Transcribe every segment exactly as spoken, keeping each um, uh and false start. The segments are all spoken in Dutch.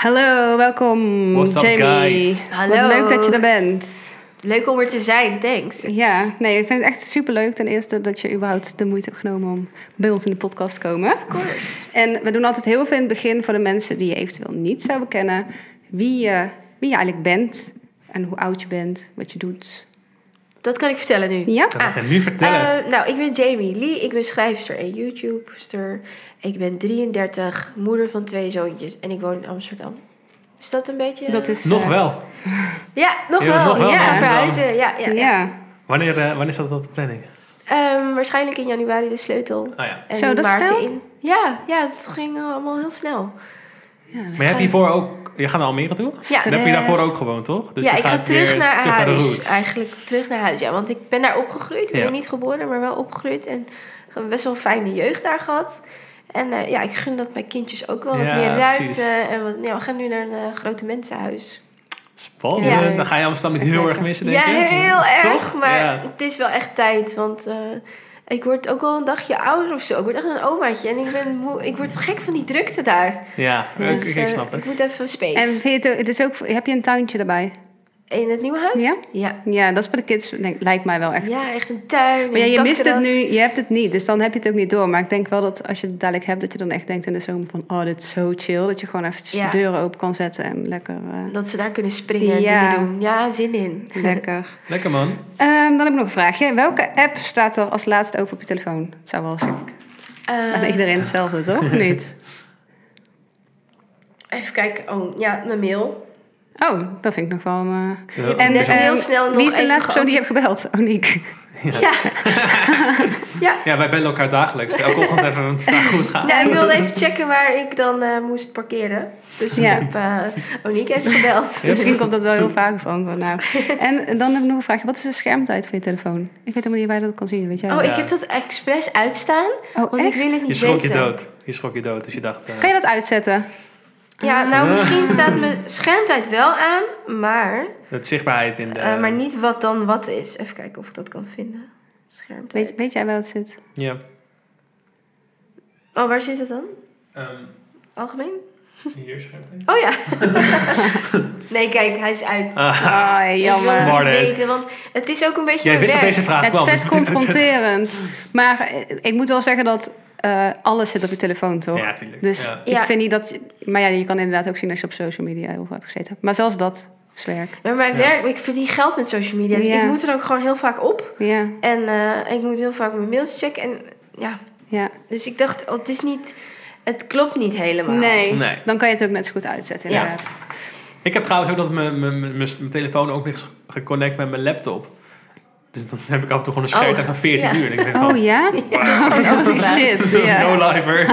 Hallo, welkom What's up, Jamie. guys? Hallo. Wat leuk dat je er bent. Leuk om er te zijn, thanks. Ja, nee, ik vind het echt superleuk ten eerste dat je überhaupt de moeite hebt genomen om bij ons in de podcast te komen. Of course. En we doen altijd heel veel in het begin voor de mensen die je eventueel niet zouden kennen. Wie je, wie je eigenlijk bent en hoe oud je bent, wat je doet. Dat kan ik vertellen nu. Ja? Dat mag je nu vertellen. Uh, nou, ik ben Jamie Lee. Ik ben schrijfster en YouTuber. Ik ben drieëndertig, moeder van twee zoontjes en ik woon in Amsterdam. Is dat een beetje... Dat is, nog uh, wel. Ja, nog Ja, wel. nog wel. Ik ga Ja. verhuizen. Ja, ja, Ja. ja. Wanneer, uh, wanneer staat dat op de planning? Um, waarschijnlijk in januari de sleutel. Oh ja. En Zo, in dat is maart snel? in. Ja, ja, het ging allemaal heel snel. Ja. Maar je hebt hiervoor ook... Je gaat naar Almere toe? Ja. Dan heb je daarvoor ook gewoond, toch? Dus ja, je ik ga gaat terug weer naar terug naar de huis. roots. Eigenlijk terug naar huis, ja. Want ik ben daar opgegroeid. Ik ben Ja. er niet geboren, maar wel opgegroeid. En best wel een fijne jeugd daar gehad. En uh, ja, ik gun dat mijn kindjes ook wel wat Ja, meer ruimte. precies. En wat, ja, we gaan nu naar een grote mensenhuis. Spannend. Ja. Dan ga je Amsterdam niet heel erg missen, denk Ja, ik. heel erg. Toch? Maar Ja. het is wel echt tijd. Want uh, ik word ook wel een dagje ouder of zo. Ik word echt een omaatje. En ik, ben moe, ik word gek van die drukte daar. Ja, Dus ik, ik uh, snap ik het. moet even space. En vind je het, ook- het is ook, heb je een tuintje erbij? In het nieuwe huis? Ja? Ja. Ja, dat is voor de kids, denk, lijkt mij wel echt. Ja, echt een tuin. Maar ja, een je mist het dakterras. nu, je hebt het niet, dus dan heb je het ook niet door. Maar ik denk wel dat als je het dadelijk hebt, dat je dan echt denkt in de zomer van... oh, dit is zo chill, dat je gewoon eventjes Ja. de deuren open kan zetten en lekker... uh, Dat ze daar kunnen springen en Ja. dingen doen. Ja, zin in. lekker. Lekker, man. Ehm, dan heb ik nog een vraagje. Welke app staat er als laatste open op je telefoon? Het zou wel zeggen. Uh, Bijna iedereen hetzelfde, toch? Of niet? Even kijken. Oh, ja, mijn mail. Oh, dat vind ik nog wel... een, uh... Ja, En net ehm, heel snel nog wie is de even laatste persoon die je hebt gebeld? Oh, Niek. Ja. ja. Ja, wij bellen elkaar dagelijks. Elke ochtend even om te vragen hoe het gaat. Nou, ik wilde even checken waar ik dan uh, moest parkeren. Dus Ja. ik heb uh, Oniek even gebeld. Misschien komt dat wel heel vaak als antwoord. Nou. En dan heb ik nog een vraagje. Wat is de schermtijd van je telefoon? Ik weet helemaal niet waar je dat kan zien. Weet jij? Oh, Ja. ik heb dat expres uitstaan. Oh, Want ik wil het Je niet schrok je weten. dood. Je schrok je dood, dus je dacht... uh, Kan je dat uitzetten? Ja, nou misschien staat mijn schermtijd wel aan. Maar, de zichtbaarheid in de... uh, maar niet wat dan wat is. Even kijken of ik dat kan vinden. Schermtijd. Weet, weet jij waar dat zit? Ja. Oh, waar zit het dan? Um, Algemeen? hier schermtijd. Oh ja. Nee, kijk, hij is uit. Ah, Ah, Ik wil jammer. het Smart niet ass. weten, want het is ook een beetje jij mijn wist dat werk. deze vraag Het is kwam. vet dus moet je het confronterend. Maar eh, ik moet wel zeggen dat uh, alles zit op je telefoon, toch? Ja, tuurlijk. Dus Ja. ik Ja. vind niet dat... je- Maar ja, je kan inderdaad ook zien als je op social media heel veel hebt gezeten. Maar zelfs dat is werk. Maar mijn Ja. werk, ik verdien geld met social media. Dus Ja. ik moet er ook gewoon heel vaak op. Ja, En uh, ik moet heel vaak mijn mails checken. En ja, ja. dus ik dacht, oh, het is niet... Het klopt niet helemaal. Nee, Nee. dan kan je het ook net zo goed uitzetten, Ja. inderdaad. Ik heb trouwens ook dat mijn, mijn, mijn, mijn telefoon ook niet geconnect met mijn laptop. Dus dan heb ik af en toe gewoon een schermtijd Oh, van veertien ja. uur. En ik denk Oh gewoon, ja? Ja, dat is gewoon Oh overslaan. shit, ja. no lifer.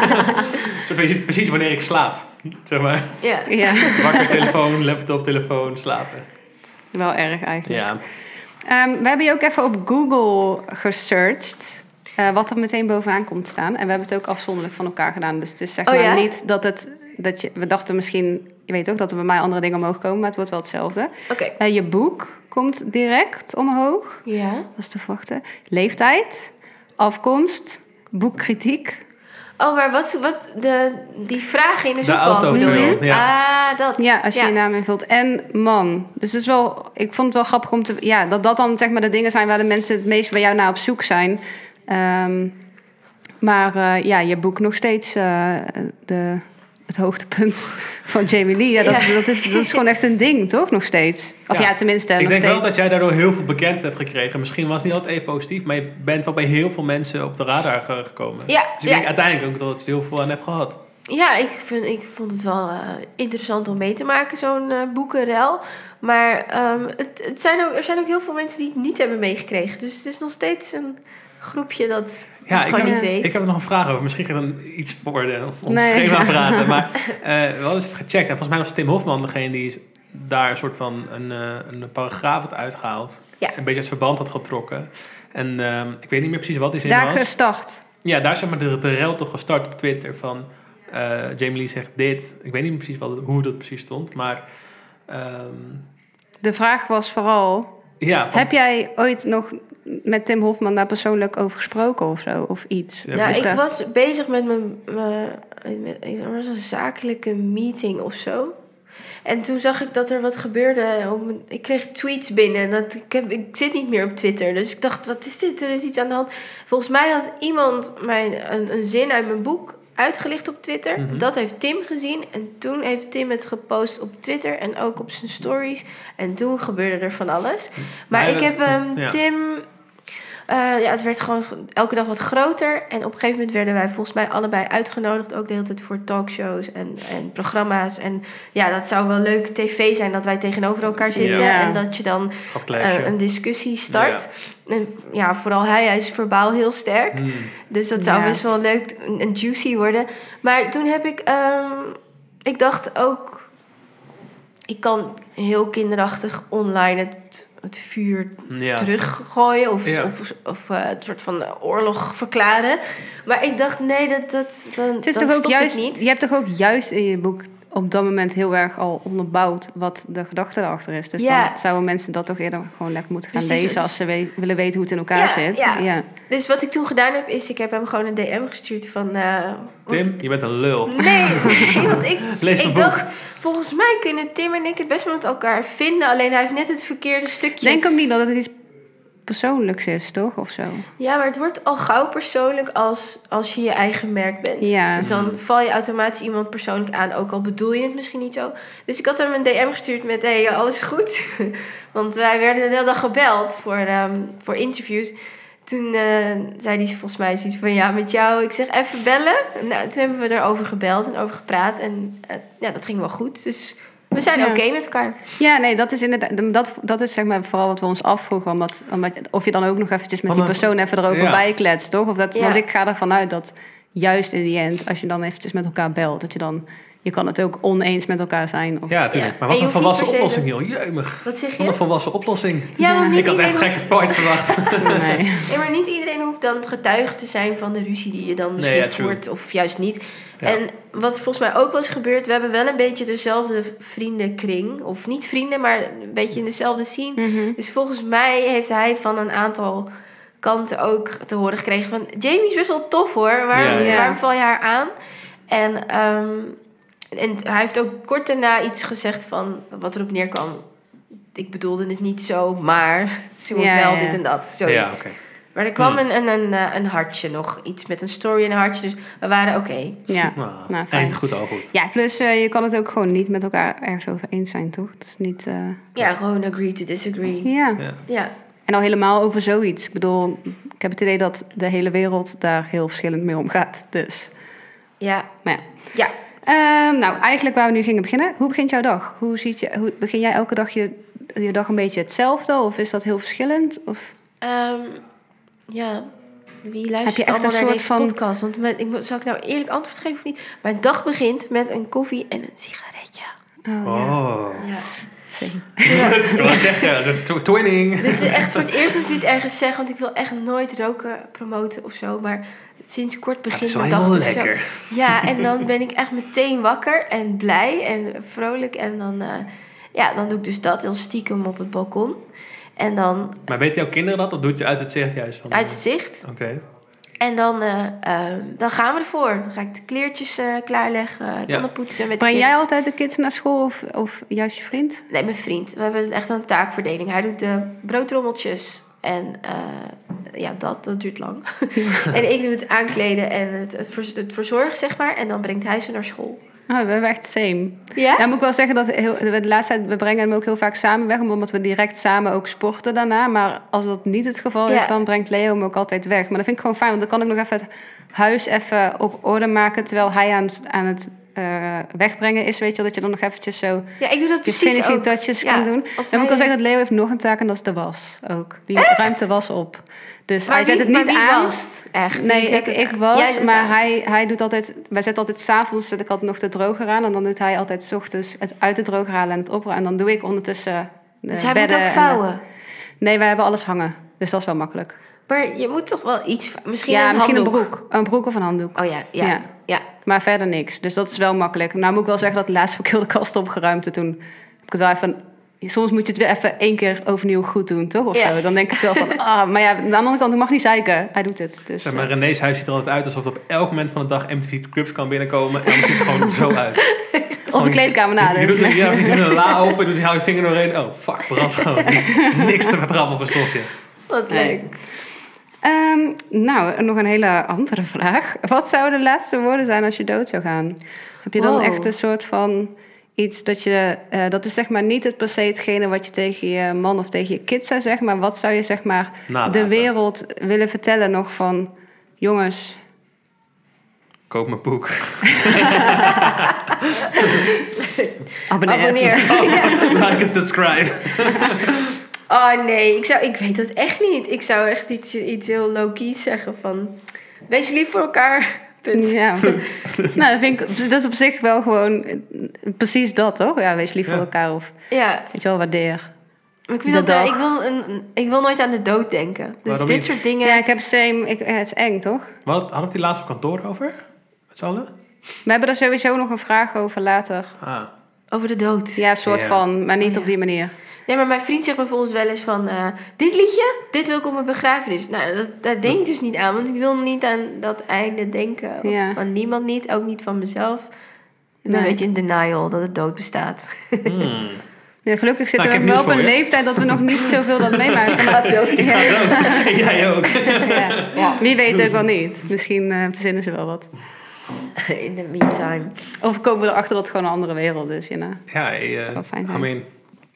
Zo weet je precies wanneer ik slaap. Zeg maar. Ja. Ja, Wakker, telefoon, laptop, telefoon, slapen. wel erg eigenlijk. Ja. Ehm, we hebben je ook even op Google gesearched. Uh, wat er meteen bovenaan komt staan. En we hebben het ook afzonderlijk van elkaar gedaan. Dus het is zeg Oh maar ja? niet dat het... Dat je, we dachten misschien... Je weet ook dat er bij mij andere dingen omhoog komen. Maar het wordt wel hetzelfde. Oké. Uh, je boek komt direct omhoog. Ja. Dat is te verwachten. Leeftijd. Afkomst. Boekkritiek. Oh, maar wat, wat de, die vragen in de De zoekbalk autofill, bedoel je? ja. Ah, dat. Ja, als je je naam invult. En man. Dus het is wel... Ik vond het wel grappig om te... Ja, dat dat dan zeg maar de dingen zijn waar de mensen het meest bij jou naar op zoek zijn. Um, maar uh, ja, je boek nog steeds uh, de, het hoogtepunt van Jamie Lee. Ja, dat, Ja. Dat, is, dat is gewoon echt een ding, toch? Nog steeds. Of ja, Ja. tenminste, Ik nog denk steeds. wel dat jij daardoor heel veel bekendheid hebt gekregen. Misschien was het niet altijd even positief, maar je bent wel bij heel veel mensen op de radar ge- gekomen. Ja, Dus ik ja. denk uiteindelijk ook dat je er heel veel aan hebt gehad. Ja, ik, vind, ik vond het wel uh, interessant om mee te maken, zo'n uh, boekenrel. Maar um, het, het zijn ook, er zijn ook heel veel mensen die het niet hebben meegekregen. Dus het is nog steeds een groepje dat Ja, het ik gewoon heb, niet weet. ik heb er nog een vraag over. Misschien ga je dan iets voor de, ons Nee. schema praten. Maar uh, we hadden eens even gecheckt. En volgens mij was Tim Hofman degene die daar een soort van een, uh, een paragraaf had uitgehaald. Ja. Een beetje het verband had getrokken. En uh, ik weet niet meer precies wat die zin Daar was. gestart. Ja, daar is zeg maar de, de rel toch gestart op Twitter van... Uh, Jamie Lee zegt dit. Ik weet niet meer precies wat, hoe dat precies stond, maar... Um, De vraag was vooral... ja, van, Heb jij ooit nog met Tim Hofman daar persoonlijk over gesproken of zo? Of iets? Ja, Nou, Is ik daar- was bezig met mijn... mijn met, er was een zakelijke meeting of zo. En toen zag ik dat er wat gebeurde. Op mijn, ik kreeg tweets binnen. Dat ik, heb, ik zit niet meer op Twitter. Dus ik dacht, wat is dit? Er is iets aan de hand. Volgens mij had iemand mijn, een, een zin uit mijn boek uitgelicht op Twitter. Mm-hmm. Dat heeft Tim gezien. En toen heeft Tim het gepost op Twitter. En ook op zijn stories. En toen gebeurde er van alles. Maar, maar ik het, heb um, ja. Tim... Uh, ja, het werd gewoon elke dag wat groter. En op een gegeven moment werden wij volgens mij allebei uitgenodigd. Ook de hele tijd voor talkshows en, en programma's. En ja, dat zou wel leuke tv zijn dat wij tegenover elkaar zitten. Ja. En dat je dan uh, een discussie start. Ja. En ja, vooral hij, hij is verbaal heel sterk. Mm. Dus dat zou ja. best wel leuk en juicy worden. Maar toen heb ik... Um, ik dacht ook... Ik kan heel kinderachtig online het... het vuur ja. teruggooien of, ja. of, of uh, een soort van oorlog verklaren. Maar ik dacht, nee, dat, dat, dan, het is dan toch ook juist, het niet. Je hebt toch ook juist in je boek op dat moment heel erg al onderbouwd wat de gedachte erachter is. Dus ja. dan zouden mensen dat toch eerder gewoon lekker moeten gaan Precies, lezen als ze we- willen weten hoe het in elkaar ja, zit. Ja. Ja. Dus wat ik toen gedaan heb, is ik heb hem gewoon een D M gestuurd van... Uh, Tim, je bent een lul. Nee, want ik, Lees ik dacht, volgens mij kunnen Tim en ik het best wel met elkaar vinden. Alleen hij heeft net het verkeerde stukje. Denk ook niet dat het iets persoonlijks is, toch? Of zo. Ja, maar het wordt al gauw persoonlijk als, als je je eigen merk bent. Ja. Dus dan val je automatisch iemand persoonlijk aan, ook al bedoel je het misschien niet zo. Dus ik had hem een D M gestuurd met, hé, hey, alles goed? Want wij werden de hele dag gebeld voor, um, voor interviews. Toen uh, zei hij volgens mij zoiets van, ja, met jou, ik zeg even bellen. Nou, toen hebben we erover gebeld en over gepraat. En uh, ja, dat ging wel goed. Dus we zijn ja. oké okay met elkaar. Ja, nee, dat is inderdaad, dat, dat is zeg maar vooral wat we ons afvroegen. Omdat, omdat, of je dan ook nog eventjes met die persoon even erover ja. bijkletst, toch? Of dat, ja. Want ik ga ervan uit dat juist in die end, als je dan eventjes met elkaar belt, dat je dan... Je kan het ook oneens met elkaar zijn. Of... Ja, natuurlijk. Ja. Maar wat een volwassen oplossing, joh. Jeumig. Wat zeg je? Wat een volwassen oplossing. Ja, want niet ik had echt hoeft... gekke nooit verwacht. nee. nee, maar niet iedereen hoeft dan getuige te zijn van de ruzie die je dan misschien nee, ja, voert. Of juist niet. Ja. En wat volgens mij ook was gebeurd... We hebben wel een beetje dezelfde vriendenkring. Of niet vrienden, maar een beetje in dezelfde scene. Mm-hmm. Dus volgens mij heeft hij van een aantal kanten ook te horen gekregen van... Jamie is best wel tof, hoor. Waarom, ja, ja. waarom val je haar aan? En... Um, En hij heeft ook kort daarna iets gezegd van wat erop neerkwam. Ik bedoelde het niet zo, maar ze moet ja, wel ja. dit en dat. Zoiets. Ja, okay. Maar er kwam hmm. een, een, een, een hartje nog. Iets met een story en een hartje. Dus we waren oké. Okay. Ja, nou, nou, eind goed, al goed. Ja, plus uh, je kan het ook gewoon niet met elkaar ergens over eens zijn, toch? Het is niet... Uh... Ja, gewoon agree to disagree. Ja. ja. ja. En al helemaal over zoiets. Ik bedoel, ik heb het idee dat de hele wereld daar heel verschillend mee omgaat. Dus... Ja. Maar ja. Ja. Uh, nou, eigenlijk waar we nu gingen beginnen. Hoe begint jouw dag? Hoe ziet je, hoe, begin jij elke dag je, je dag een beetje hetzelfde? Of is dat heel verschillend? Of? Um, ja, wie luistert Heb je echt allemaal een naar soort deze van... podcast? Want met, ik, zal ik nou eerlijk antwoord geven of niet? Mijn dag begint met een koffie en een sigaretje. Oh, oh. ja. Same. Ja. Dat kan ik zeggen, zo'n twinning. Dit is echt voor het eerst dat ik dit ergens zeg, want ik wil echt nooit roken promoten of zo, maar sinds kort begint mijn dag dus zo. Ja, en dan ben ik echt meteen wakker en blij en vrolijk en dan, uh, ja, dan doe ik dus dat heel stiekem op het balkon. En dan... Maar weten jouw kinderen dat? Of doet je uit het zicht juist? Van, uit het zicht. Oké. Okay. En dan, uh, uh, dan gaan we ervoor. Dan ga ik de kleertjes uh, klaarleggen, uh, tanden ja. poetsen met Breng de kids. jij altijd de kids naar school of, of juist je vriend? Nee, mijn vriend. We hebben echt een taakverdeling. Hij doet de broodrommeltjes en uh, ja, dat, dat duurt lang. En ik doe het aankleden en het, het verzorgen, zeg maar. En dan brengt hij ze naar school. Oh, we hebben echt same. Ja? Dan moet ik wel zeggen dat heel, de laatste tijd, we brengen hem ook heel vaak samen weg, omdat we direct samen ook sporten daarna. Maar als dat niet het geval is, ja. dan brengt Leo hem ook altijd weg. Maar dat vind ik gewoon fijn, want dan kan ik nog even het huis even op orde maken, terwijl hij aan, aan het uh, wegbrengen is, weet je wel, dat je dan nog eventjes zo... Ja, ik doe dat precies finishing ook. touches Ja, kan doen. Dan hij... moet ik wel zeggen dat Leo heeft nog een taak en dat is de was ook. Die Echt? ruimt de was op. Dus maar hij zet wie, het niet maar wie aan. Was echt? Nee, ik, ik was, maar aan. hij, hij doet altijd... Wij zetten altijd 's avonds zet ik altijd nog de droger aan. En dan doet hij altijd 's ochtends het uit de droger halen en het opruimen. En dan doe ik ondertussen de Dus hij bedden moet ook vouwen? De... Nee, wij hebben alles hangen. Dus dat is wel makkelijk. Maar je moet toch wel iets... Misschien ja, een misschien handdoek. een broek. Een broek of een handdoek. Oh ja, ja, ja, ja. Maar verder niks. Dus dat is wel makkelijk. Nou moet ik wel zeggen dat laatst heb ik heel de kast opgeruimd. En toen heb ik het wel even... Soms moet je het weer even één keer overnieuw goed doen, toch? Of ja. zo. Dan denk ik wel van, ah, maar ja, aan de andere kant, ik mag niet zeiken. Hij doet het. Dus, ja, maar René's huis ziet er altijd uit alsof het op elk moment van de dag M T V Cribs kan binnenkomen. En dan ziet het gewoon zo uit. Op de kleedkamer na Je dus. doet, ja, je doet een la open, doet je hou je vinger doorheen. Oh, fuck, brandschoon. Niks te vertrappen op een stofje. Wat Nee. leuk. Ehm, nou, nog een hele andere vraag. Wat zouden de laatste woorden zijn als je dood zou gaan? Heb je dan Wow. echt een soort van iets dat je... eh, dat is zeg maar niet het per se hetgene wat je tegen je man of tegen je kind zou zeggen. Maar wat zou je zeg maar Nalaten. de wereld willen vertellen nog van... Jongens, Koop mijn boek. abonneer. Abonneer. Ja. Like en subscribe. Oh nee, ik, zou, ik weet dat echt niet. Ik zou echt iets, iets heel low-key zeggen van... Wees lief voor elkaar. Punt. Ja. Nou, dat, vind ik, dat is op zich wel gewoon eh, precies dat, toch? Ja, wees lief Ja. voor elkaar of Ja, weet je wel, waardeer. maar ik, vind De dat, eh, dag. ik, wil een, een- ik wil nooit aan de dood denken. Dus Waarom dit niet? soort dingen... Ja, ik heb same... Ik, eh, het is eng, toch? We hadden, hadden we het hier laatst op kantoor over? Met z'n allen? We hebben er sowieso nog een vraag over later. Ah. Over de dood. Ja, soort Ja. van, maar niet Oh, ja. op die manier. Nee, maar mijn vriend zegt bijvoorbeeld wel eens van... eh, dit liedje, dit wil ik op mijn begrafenis. Nou, dat, daar denk ik dus niet aan. Want ik wil niet aan dat einde denken. Of Ja. van niemand niet, ook niet van mezelf. Ik ben Nee. een beetje in denial dat het dood bestaat. Hmm. Ja, gelukkig zitten Nou, ik we heb wel op nieuws een voor je. leeftijd dat we nog niet zoveel dat meemaken. Je gaat dood. Ja, Ja, dood. Jij ook. ja. Ja. Wie weet ook wel niet. Misschien eh, verzinnen ze wel wat. In the meantime. Of komen we erachter dat het gewoon een andere wereld is. You know? Ja, eh, Dat zou wel fijn I zijn. mean,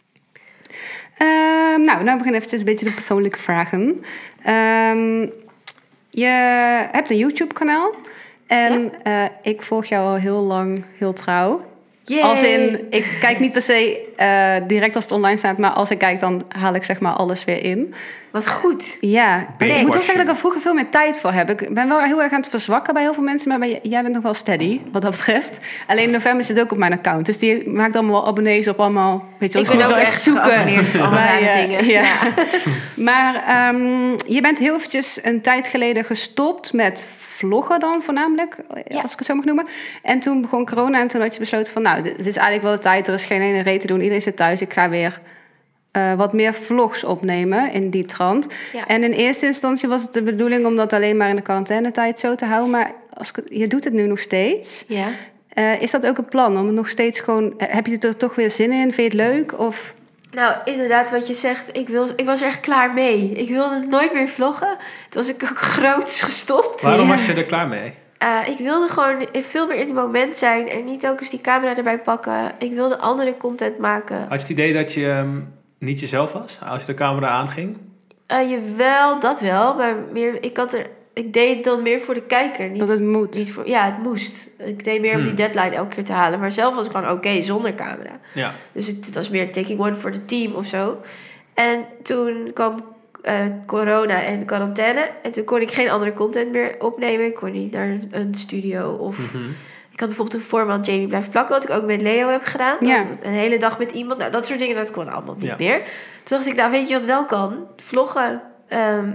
Ehm, nou, nou beginnen even een beetje de persoonlijke vragen. Ehm, je hebt een YouTube-kanaal. En eh, ik volg jou al heel lang heel trouw. Yay. Als in, ik kijk niet per se eh, direct als het online staat, maar als ik kijk, dan haal ik zeg maar alles weer in. Wat goed. Ja, ik Binge moet wel watching. zeggen dat ik er vroeger veel meer tijd voor heb. Ik ben wel heel erg aan het verzwakken bij heel veel mensen, maar bij- jij bent nog wel steady, wat dat betreft. Alleen in november zit ook op mijn account, dus die maakt allemaal wel abonnees op allemaal, weet je wel, Ik ben moet ook wel echt geabonneerd op allemaal Maar, rare eh, dingen. ja. Ja. Maar ehm, je bent heel eventjes een tijd geleden gestopt met vloggen dan voornamelijk, Ja. als ik het zo mag noemen. En toen begon corona en toen had je besloten van, nou, dit dit is eigenlijk wel de tijd, er is geen ene reet te doen, iedereen zit thuis, ik ga weer eh, wat meer vlogs opnemen in die trant. Ja. En in eerste instantie was het de bedoeling om dat alleen maar in de quarantainetijd zo te houden, maar als ik, je doet het nu nog steeds. Ja. Eh, is dat ook een plan om het nog steeds gewoon, eh, heb je er toch weer zin in? Vind je het leuk? Of... Nou, inderdaad, wat je zegt, ik, wil, ik was er echt klaar mee. Ik wilde het nooit meer vloggen. Toen was ik ook groots gestopt. waarom Ja. was je er klaar mee? Eh, ik wilde gewoon veel meer in het moment zijn en niet telkens die camera erbij pakken. Ik wilde andere content maken. Had je het idee dat je ehm, niet jezelf was als je de camera aanging? Uh, jawel, dat wel. Maar meer, ik, had er, ik deed het dan meer voor de kijker. Niet, dat het moet. niet voor, ja, het moest. Ik deed meer om die Hmm. deadline elke keer te halen. Maar zelf was het gewoon oké, zonder camera. Ja. Dus het, het was meer taking one voor het team of zo. En toen kwam eh, corona en quarantaine. En toen kon ik geen andere content meer opnemen. Ik kon niet naar een studio. Of Mhm. ik had bijvoorbeeld een format Jamie blijft plakken. Wat ik ook met Leo heb gedaan. Ja. Dan Een hele dag met iemand. Nou, dat soort dingen, dat kon allemaal niet Ja. meer. Toen dacht ik, nou weet je wat wel kan? Vloggen. Ehm,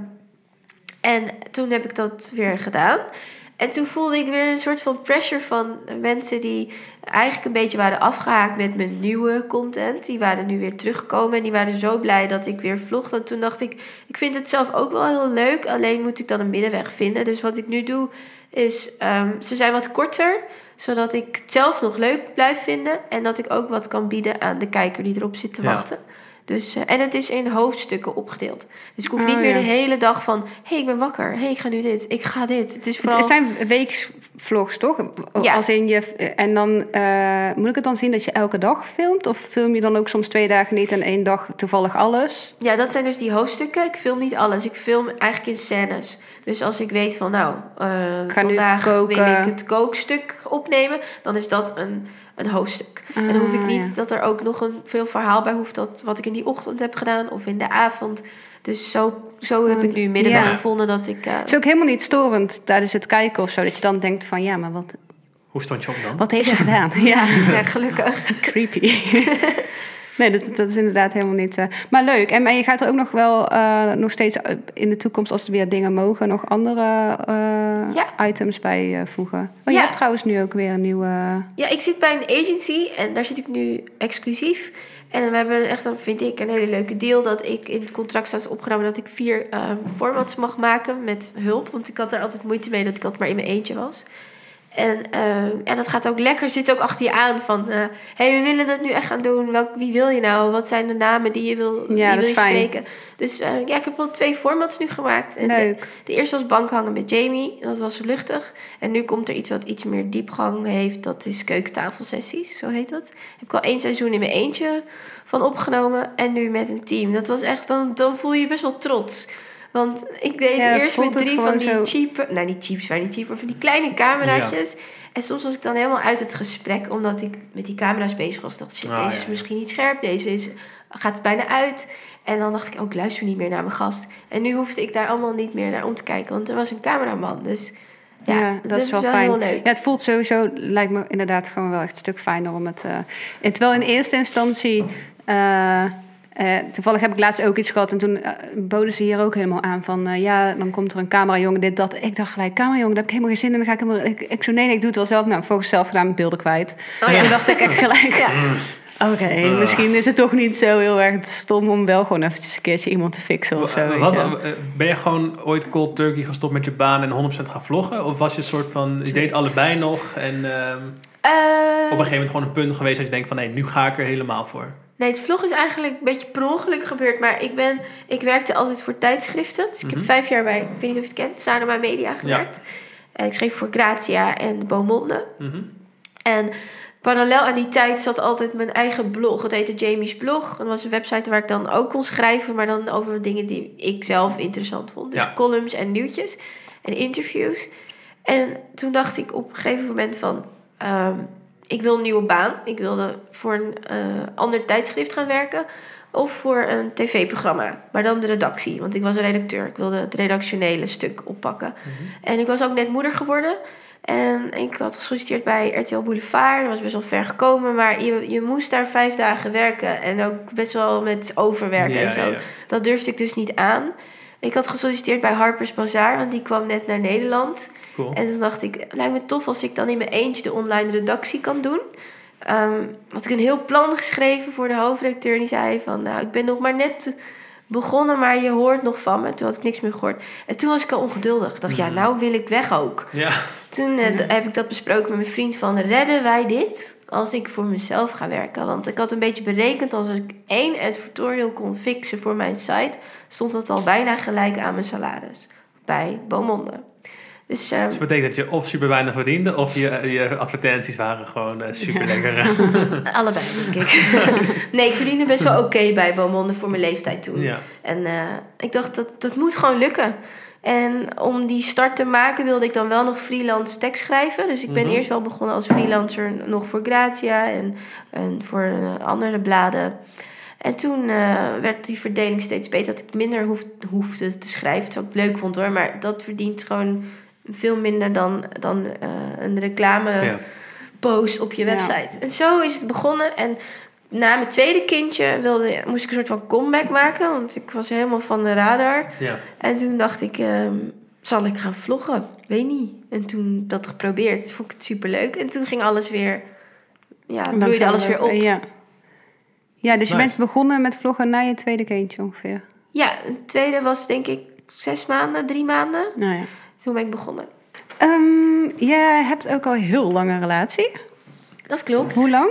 en toen heb ik dat weer gedaan. En toen voelde ik weer een soort van pressure van mensen die eigenlijk een beetje waren afgehaakt met mijn nieuwe content. Die waren nu weer teruggekomen en die waren zo blij dat ik weer vlogde. En toen dacht ik, ik vind het zelf ook wel heel leuk. Alleen moet ik dan een middenweg vinden. Dus wat ik nu doe is, ehm, ze zijn wat korter. Zodat ik het zelf nog leuk blijf vinden. En dat ik ook wat kan bieden aan de kijker die erop zit te Ja. wachten. Dus, eh, en het is in hoofdstukken opgedeeld. Dus ik hoef Oh, niet meer ja. de hele dag van... hé, hey, ik ben wakker. Hé, hey, ik ga nu dit. Ik ga dit. Het is Het, vooral... het zijn weekvlogs, toch? Ja. Als in je, en dan eh, moet ik het dan zien dat je elke dag filmt? Of film je dan ook soms twee dagen niet en één dag toevallig alles? Ja, dat zijn dus die hoofdstukken. Ik film niet alles. Ik film eigenlijk in scènes. Dus als ik weet van, nou, eh, Ga nu vandaag koken. wil ik het kookstuk opnemen... dan is dat een, een hoofdstuk. en dan hoef ik Ah, niet ja. dat er ook nog een veel verhaal bij hoeft... Dat, wat ik in die ochtend heb gedaan of in de avond. Dus zo, zo heb ik nu een middenweg Ja. gevonden dat ik... eh, Het is ook helemaal niet storend tijdens het kijken of zo. Dat je dan denkt van, ja, maar wat, Hoe stond je op dan? wat heeft ze gedaan? Ja, ja, gelukkig. creepy. Nee, dat, dat is inderdaad helemaal niet... eh, maar leuk. En maar je gaat er ook nog wel eh, nog steeds eh, in de toekomst... als er weer dingen mogen, nog andere eh, Ja. items bij eh, voegen. Oh, je Ja. hebt trouwens nu ook weer een nieuwe... Ja, ik zit bij een agency en daar zit ik nu exclusief. En we hebben echt, dan vind ik, een hele leuke deal... dat ik in het contract staat opgenomen... dat ik vier um, formats mag maken met hulp. Want ik had er altijd moeite mee dat ik altijd maar in mijn eentje was. En uh, ja, dat gaat ook lekker. Zit ook achter je aan van... Hé, uh, hey, we willen dat nu echt gaan doen. Welk, wie wil je nou? Wat zijn de namen die je wil, die ja, wil dat je is fijn. spreken? Dus uh, ja, ik heb al twee formats nu gemaakt. En Leuk. De, de eerste was bankhangen met Jamie. Dat was luchtig. En nu komt er iets wat iets meer diepgang heeft. Dat is keukentafelsessies, zo heet dat. Heb ik al één seizoen in mijn eentje van opgenomen. En nu met een team. Dat was echt... Dan, dan voel je je best wel trots. Want ik deed ja, eerst met drie van die zo... cheaper... Nou, niet cheap, maar niet cheaper. Van die kleine cameraatjes. Ja. En soms was ik dan helemaal uit het gesprek... omdat ik met die camera's bezig was. Dacht ik, ah, deze ja. is misschien niet scherp. Deze is, gaat bijna uit. En dan dacht ik, oh, ik luister niet meer naar mijn gast. En nu hoefde ik daar allemaal niet meer naar om te kijken. Want er was een cameraman. Dus ja, ja dat, dat is wel, wel fijn. Heel leuk. Ja, het voelt sowieso... lijkt me inderdaad gewoon wel echt een stuk fijner om het... Uh, en terwijl in eerste instantie... Uh, Uh, toevallig heb ik laatst ook iets gehad en toen uh, boden ze hier ook helemaal aan van... Uh, ja, dan komt er een camerajongen, dit, dat. Ik dacht gelijk, camerajongen, daar heb ik helemaal geen zin in. Dan ga ik helemaal... Ik, ik zo, nee, nee, ik doe het wel zelf. Nou, volgens zelf gedaan, beelden kwijt. Oh, ja. Toen dacht ik echt gelijk... Ja. Oké, okay, uh. misschien is het toch niet zo heel erg stom... om wel gewoon eventjes een keertje iemand te fixen of zo. Uh, wat, uh, ben je gewoon ooit cold turkey gestopt met je baan... en honderd procent gaan vloggen? Of was je een soort van... je deed allebei nog en... Uh, uh, op een gegeven moment gewoon een punt geweest... dat je denkt van, nee, nu ga ik er helemaal voor. Nee, het vlog is eigenlijk een beetje per ongeluk gebeurd. Maar ik, ben, ik werkte altijd voor tijdschriften. Dus ik mm-hmm. heb vijf jaar bij, ik weet niet of je het kent, Sanoma Media gewerkt. Ja. En ik schreef voor Grazia en Beaumonde. Mm-hmm. En parallel aan die tijd zat altijd mijn eigen blog. Het heette Jamie's Blog. Dat was een website waar ik dan ook kon schrijven. Maar dan over dingen die ik zelf interessant vond. Dus ja. columns en nieuwtjes en interviews. En toen dacht ik op een gegeven moment van... Um, ik wil een nieuwe baan. Ik wilde voor een uh, ander tijdschrift gaan werken. Of voor een tv-programma. Maar dan de redactie. Want ik was een redacteur. Ik wilde het redactionele stuk oppakken. Mm-hmm. En ik was ook net moeder geworden. En ik had gesolliciteerd bij R T L Boulevard. Dat was best wel ver gekomen. Maar je, je moest daar vijf dagen werken. En ook best wel met overwerken ja, en zo. Ja. Dat durfde ik dus niet aan. Ik had gesolliciteerd bij Harper's Bazaar. Want die kwam net naar Nederland. Cool. En toen dacht ik, het lijkt me tof als ik dan in mijn eentje de online redactie kan doen. Um, had ik een heel plan geschreven voor de hoofdredacteur. En die zei van, nou, ik ben nog maar net begonnen, maar je hoort nog van me. Toen had ik niks meer gehoord. En toen was ik al ongeduldig. Ik dacht, mm. ja, nou wil ik weg ook. Ja. Toen uh, ja. heb ik dat besproken met mijn vriend van, redden wij dit als ik voor mezelf ga werken? Want ik had een beetje berekend, als ik één editorial kon fixen voor mijn site, stond dat al bijna gelijk aan mijn salaris bij Beaumonde. Dus, um, dus dat betekent dat je of super weinig verdiende... of je, je advertenties waren gewoon uh, super lekker. Ja. Allebei, denk ik. Nee, ik verdiende best wel oké okay bij Beaumonde voor mijn leeftijd toen. Ja. En uh, ik dacht, dat, dat moet gewoon lukken. En om die start te maken wilde ik dan wel nog freelance tekst schrijven. Dus ik ben mm-hmm. eerst wel begonnen als freelancer nog voor Grazia... en, en voor uh, andere bladen. En toen uh, werd die verdeling steeds beter... dat ik minder hoef, hoefde te schrijven. Wat ik leuk vond hoor, maar dat verdient gewoon... veel minder dan, dan uh, een reclame ja. post op je website. Ja. En zo is het begonnen. En na mijn tweede kindje wilde, moest ik een soort van comeback maken. Want ik was helemaal van de radar. Ja. En toen dacht ik, um, zal ik gaan vloggen? Weet niet. En toen dat geprobeerd. Vond ik het superleuk. En toen ging alles weer... Ja, bloeide alles weer op. Ja, ja dus nice. Je bent begonnen met vloggen na je tweede kindje ongeveer. Ja, het tweede was denk ik zes maanden, drie maanden. Nou ja. Toen ben ik begonnen. Um, jij hebt ook al een heel lange relatie. Dat klopt. Hoe lang?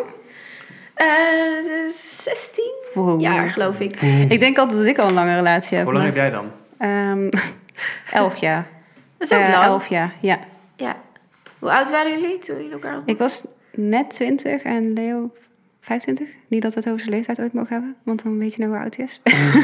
Uh, zestien wow. jaar, geloof ik. Wow. Ik denk altijd dat ik al een lange relatie heb. Hoe lang maar... heb jij dan? Um, elf jaar. Dat is ook uh, lang. Elf jaar, ja. ja. Hoe oud waren jullie toen jullie elkaar ontmoetten? Ik was net twintig en Leo vijfentwintig. Niet dat we het over zijn leeftijd ooit mogen hebben, want dan weet je nou hoe oud hij is.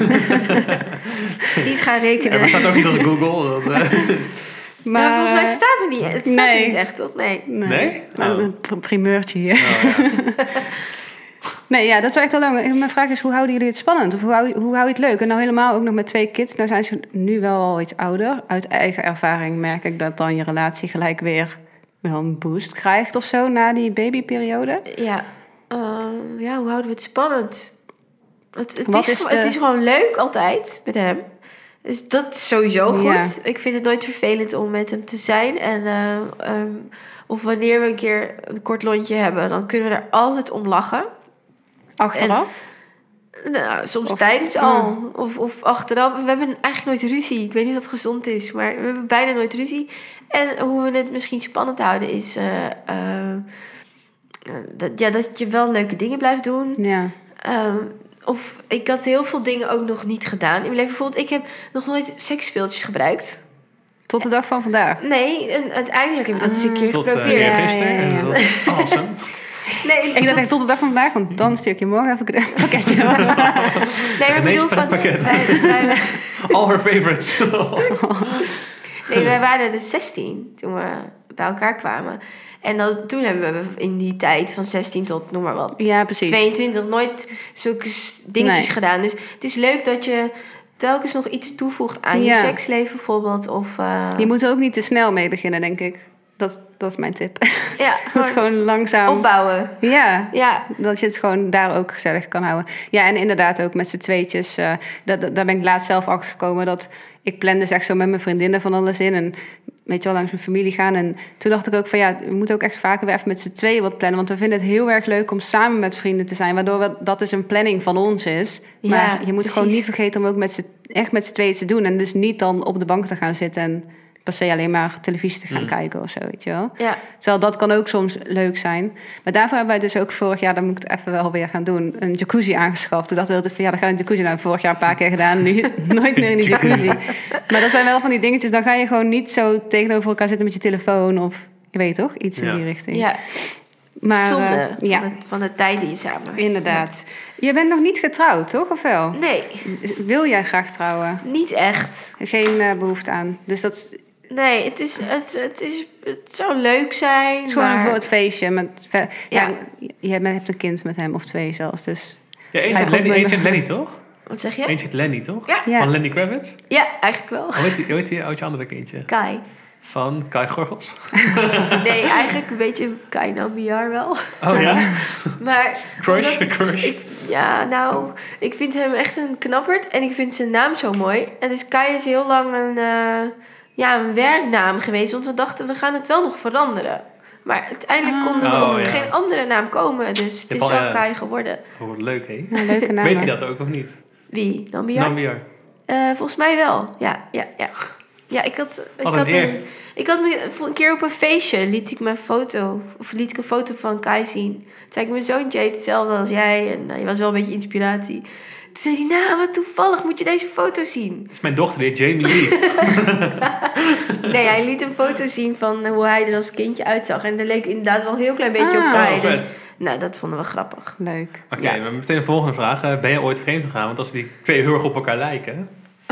Niet gaan rekenen. Er staat ook niet als Google. Dat, uh... Maar ja, volgens mij staat er niet. Het staat nee. er niet echt, toch? Nee. Nee? nee? Nou, oh. Een primeurtje hier. Oh, ja. Nee, ja, dat is wel echt al lang. Mijn vraag is, hoe houden jullie het spannend? Of hoe hou, hoe hou je het leuk? En nou helemaal ook nog met twee kids. Nou zijn ze nu wel al iets ouder. Uit eigen ervaring merk ik dat dan je relatie gelijk weer wel een boost krijgt of zo na die babyperiode. Ja. Uh, ja, hoe houden we het spannend? Het, het, is, is de... het is gewoon leuk altijd met hem. Dus dat is sowieso goed. Ja. Ik vind het nooit vervelend om met hem te zijn. En, uh, um, of wanneer we een keer een kort lontje hebben, dan kunnen we er altijd om lachen. Achteraf? Nou, soms Of- tijdens ja. al. Of, of achteraf. We hebben eigenlijk nooit ruzie. Ik weet niet of dat gezond is. Maar we hebben bijna nooit ruzie. En hoe we het misschien spannend houden is... eh, eh, dat, ja, dat je wel leuke dingen blijft doen. Ja. Um, of ik had heel veel dingen ook nog niet gedaan in mijn leven. Bijvoorbeeld, ik heb nog nooit seksspeeltjes gebruikt. Tot de dag van vandaag. Nee, en uiteindelijk heb ik dat eens een keer Tot uh, geprobeerd. Ja, eergisteren. ja, ja, ja. En dat was awesome. Nee, Ik dacht tot- echt tot de dag van vandaag, want dan stuur ik je morgen even een pakketje. nee, maar ik Ineens bedoel met van... het pakket. Wij, wij, wij- All her favorites. nee, wij waren dus zestien toen we bij elkaar kwamen. En dat, toen hebben we in die tijd van zestien tot, noem maar wat, Ja, precies. tweeëntwintig nooit zulke s- dingetjes Nee. gedaan. Dus het is leuk dat je telkens nog iets toevoegt aan je Ja. seksleven bijvoorbeeld. Of, uh, Je moet er ook niet te snel mee beginnen, denk ik. Dat, dat is mijn tip. ja, Je moet gewoon gewoon langzaam... opbouwen. Ja, Ja, dat je het gewoon daar ook gezellig kan houden. Ja, en inderdaad ook met z'n tweetjes. eh, dat, dat- daar ben ik laatst zelf achter gekomen. Dat ik plan dus echt zo met mijn vriendinnen van alles in. En weet je wel, langs mijn familie gaan. En toen dacht ik ook van ja, we moeten ook echt vaker weer even met z'n tweeën wat plannen. Want we vinden het heel erg leuk om samen met vrienden te zijn. Waardoor we, dat dus een planning van ons is. Ja, Maar je moet precies. gewoon niet vergeten om ook met z'n, echt met z'n tweeën te doen. En dus niet dan op de bank te gaan zitten en per se alleen maar televisie te gaan Mm. kijken of zo, weet je wel. ja. Terwijl dat kan ook soms leuk zijn. Maar daarvoor hebben wij dus ook vorig jaar, dan moet ik het even wel weer gaan doen, een jacuzzi aangeschaft. Toen dacht ik altijd van ja, dan gaan we in de jacuzzi. Nou, vorig jaar een paar keer gedaan, nu nooit meer in die jacuzzi. Maar dat zijn wel van die dingetjes, dan ga je gewoon niet zo tegenover elkaar zitten met je telefoon of, je weet toch, iets in Ja. die richting. ja. Maar, Zonde eh, van, ja, de, van de tijd die je samen inderdaad. Je bent nog niet getrouwd, toch? Of wel? hebt. Nee, Wil jij graag trouwen? niet echt. Geen eh, behoefte aan. Dus dat is, Nee, het, is, het, het, is, het zou leuk zijn. het is gewoon maar... voor het feestje. Met, ja, Ja. je hebt een kind met hem, of twee zelfs, dus... Ja, eentje Hij heet Lenny, ook eentje met- heet Lenny, toch? Wat zeg je? Eentje heet Lenny, toch? Ja. Ja. Van Lenny Kravitz. Ja, eigenlijk wel. Hoe heet die, hoe heet die oudje andere kindje? Kai. Van Kai Gorgels. Nee, eigenlijk een beetje Kai Nambiar wel. Oh ja? Maar Crush, omdat- crush. Ik, ja, nou, ik vind hem echt een knapperd. En ik vind zijn naam zo mooi. En dus Kai is heel lang een, eh, ja, een werknaam geweest. Want we dachten, we gaan het wel nog veranderen. Maar uiteindelijk konden we Oh, op ja. geen andere naam komen. Dus het Ja, is van, wel ja. Kai geworden. Oh, wat leuk, hè? Ja, leuke naam. Weet hij dat ook of niet? Wie? Nambiar? Nambiar. Eh, volgens mij wel. Ja, ja, ja. Ja, ik had, ik Wat een had eer. een, ik had me een keer op een feestje liet ik mijn foto, of liet ik een foto van Kai zien. Toen zei ik, mijn zoontje heet hetzelfde als jij en uh, je was wel een beetje inspiratie. Toen zei hij, nou, wat toevallig, moet je deze foto zien? Dat is mijn dochter, die heet Jamie Lee. Nee, hij liet een foto zien van hoe hij er als kindje uitzag. En dat leek inderdaad wel een heel klein beetje Ah. op Kai. Oh, Dus, vet. nou, dat vonden we grappig. Leuk. Oké, Ja. maar meteen de volgende vraag. Uh, ben je ooit vreemd gegaan? Want als die twee heel erg op elkaar lijken...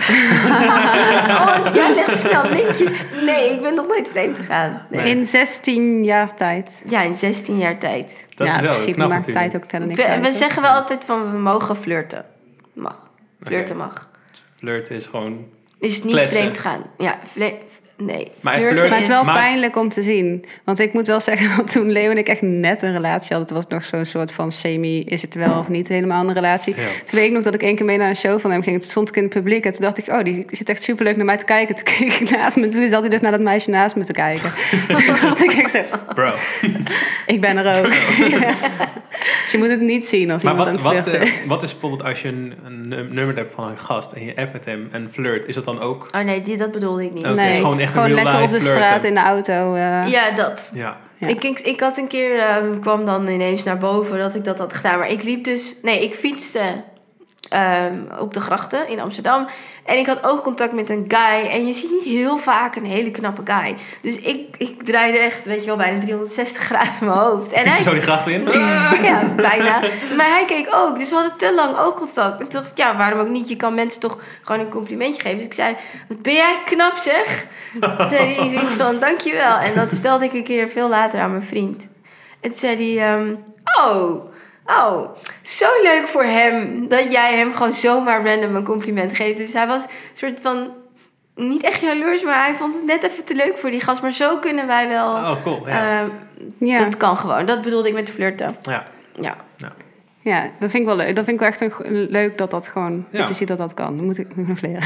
Oh, jij legt snel linkjes. Nee, ik ben nog nooit vreemd gegaan. Nee. Nee. In zestien jaar tijd. Ja, in zestien jaar tijd. Dat ja, is in wel principe knap maakt de natuurlijk. tijd ook verder niks We, uit. we hoor. zeggen wel altijd van we mogen flirten. Mag. Flirten Oké. mag. Flirten is gewoon... Is niet Kletsen. vreemd gaan. Ja, vle- nee. Maar flirten flirten Maar het is wel Maar- pijnlijk om te zien. Want ik moet wel zeggen dat toen Leo en ik echt net een relatie hadden. Het was nog zo'n soort van semi, is het wel of niet helemaal een relatie. Ja. Toen weet ik nog dat ik één keer mee naar een show van hem ging. Toen stond ik in het publiek en toen dacht ik, oh, die zit echt superleuk naar mij te kijken. Toen keek ik naast me, toen zat hij dus naar dat meisje naast me te kijken. Toen dacht ik echt zo, Bro. ik ben er ook. Ja. Dus je moet het niet zien als Maar iemand wat, aan het wat, flirten eh, is. wat is bijvoorbeeld als je een, een nummer hebt van een gast en je app met hem en flirt, is dat dan ook... Oh nee, die, dat bedoelde ik niet. Oké, het is gewoon echt een real lekker life op de flirten. straat in de auto. eh. Ja, dat. Ja. Ja. Ik, ik, ik had een keer, eh, kwam dan ineens naar boven dat ik dat had gedaan. Maar ik liep dus, nee, ik fietste ehm, op de grachten in Amsterdam. En ik had oogcontact met een guy. En je ziet niet heel vaak een hele knappe guy. Dus ik, ik draaide echt, weet je wel, bijna driehonderdzestig graden in mijn hoofd. En Fiets je hij, zo die gracht in? ja, bijna. Maar hij keek ook. Dus we hadden te lang oogcontact. En toen dacht ik, ja, waarom ook niet? Je kan mensen toch gewoon een complimentje geven. Dus ik zei, wat ben jij knap zeg. Toen zei hij zoiets van, dankjewel. En dat vertelde ik een keer veel later aan mijn vriend. En toen zei hij, ehm, oh, oh, zo leuk voor hem dat jij hem gewoon zomaar random een compliment geeft. Dus hij was een soort van, niet echt jaloers, maar hij vond het net even te leuk voor die gast. Maar zo kunnen wij wel, Oh, cool. Ja. ehm, Ja. dat kan gewoon. Dat bedoelde ik met flirten. ja. Ja. Ja, dat vind ik wel leuk. Dat vind ik wel echt een, leuk dat dat gewoon... Ja. Dat je ziet dat dat kan. Dat moet ik, moet ik nog leren.